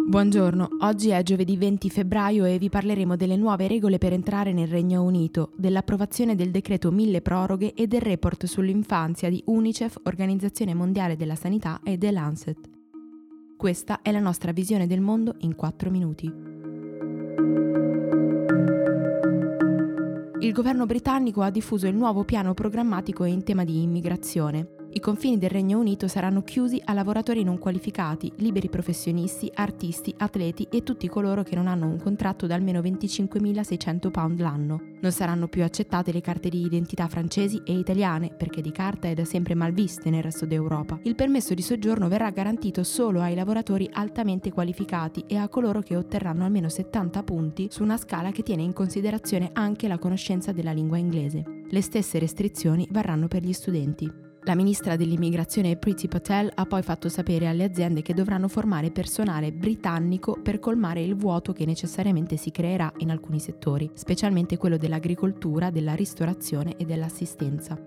Buongiorno, oggi è giovedì 20 febbraio e vi parleremo delle nuove regole per entrare nel Regno Unito, dell'approvazione del decreto mille proroghe e del report sull'infanzia di UNICEF, Organizzazione Mondiale della Sanità e The Lancet. Questa è la nostra visione del mondo in 4 minuti. Il governo britannico ha diffuso il nuovo piano programmatico in tema di immigrazione. I confini del Regno Unito saranno chiusi a lavoratori non qualificati, liberi professionisti, artisti, atleti e tutti coloro che non hanno un contratto da almeno £25.600 l'anno. Non saranno più accettate le carte di identità francesi e italiane, perché di carta è da sempre mal viste nel resto d'Europa. Il permesso di soggiorno verrà garantito solo ai lavoratori altamente qualificati e a coloro che otterranno almeno 70 punti su una scala che tiene in considerazione anche la conoscenza della lingua inglese. Le stesse restrizioni varranno per gli studenti. La ministra dell'immigrazione Priti Patel ha poi fatto sapere alle aziende che dovranno formare personale britannico per colmare il vuoto che necessariamente si creerà in alcuni settori, specialmente quello dell'agricoltura, della ristorazione e dell'assistenza.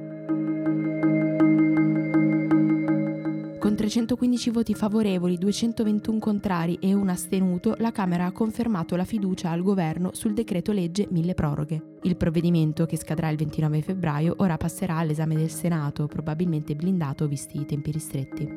Con 315 voti favorevoli, 221 contrari e un astenuto, la Camera ha confermato la fiducia al governo sul decreto legge mille proroghe. Il provvedimento, che scadrà il 29 febbraio, ora passerà all'esame del Senato, probabilmente blindato visti i tempi ristretti.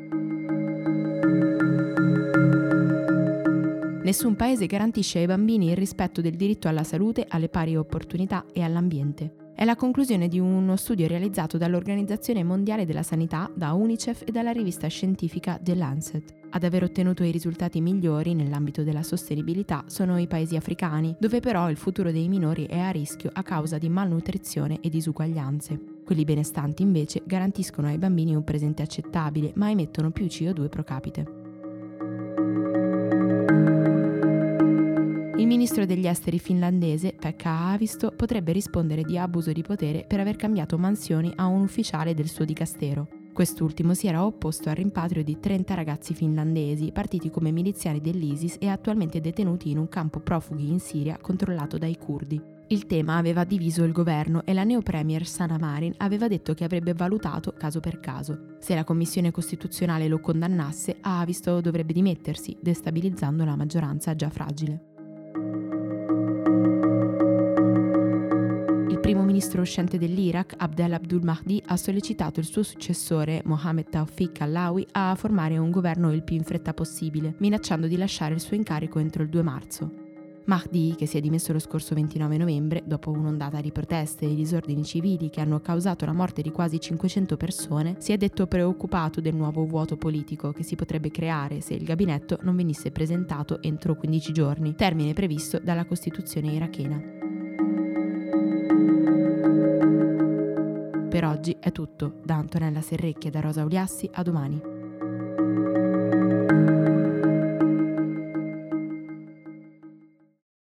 Nessun paese garantisce ai bambini il rispetto del diritto alla salute, alle pari opportunità e all'ambiente. È la conclusione di uno studio realizzato dall'Organizzazione Mondiale della Sanità, da UNICEF e dalla rivista scientifica The Lancet. Ad aver ottenuto i risultati migliori nell'ambito della sostenibilità sono i paesi africani, dove però il futuro dei minori è a rischio a causa di malnutrizione e disuguaglianze. Quelli benestanti invece garantiscono ai bambini un presente accettabile, ma emettono più CO2 pro capite. Il ministro degli esteri finlandese, Pekka Haavisto, potrebbe rispondere di abuso di potere per aver cambiato mansioni a un ufficiale del suo dicastero. Quest'ultimo si era opposto al rimpatrio di 30 ragazzi finlandesi, partiti come miliziani dell'ISIS e attualmente detenuti in un campo profughi in Siria controllato dai curdi. Il tema aveva diviso il governo e la neo-premier Sanna Marin aveva detto che avrebbe valutato caso per caso. Se la commissione costituzionale lo condannasse, Haavisto dovrebbe dimettersi, destabilizzando la maggioranza già fragile. Il primo ministro uscente dell'Iraq, Abdel Abdul Mahdi, ha sollecitato il suo successore, Mohammed Tawfiq al-Lawi, a formare un governo il più in fretta possibile, minacciando di lasciare il suo incarico entro il 2 marzo. Mahdi, che si è dimesso lo scorso 29 novembre, dopo un'ondata di proteste e disordini civili che hanno causato la morte di quasi 500 persone, si è detto preoccupato del nuovo vuoto politico che si potrebbe creare se il gabinetto non venisse presentato entro 15 giorni, termine previsto dalla Costituzione irachena. Per oggi è tutto. Da Antonella Serrecchia e da Rosa Uliassi, a domani.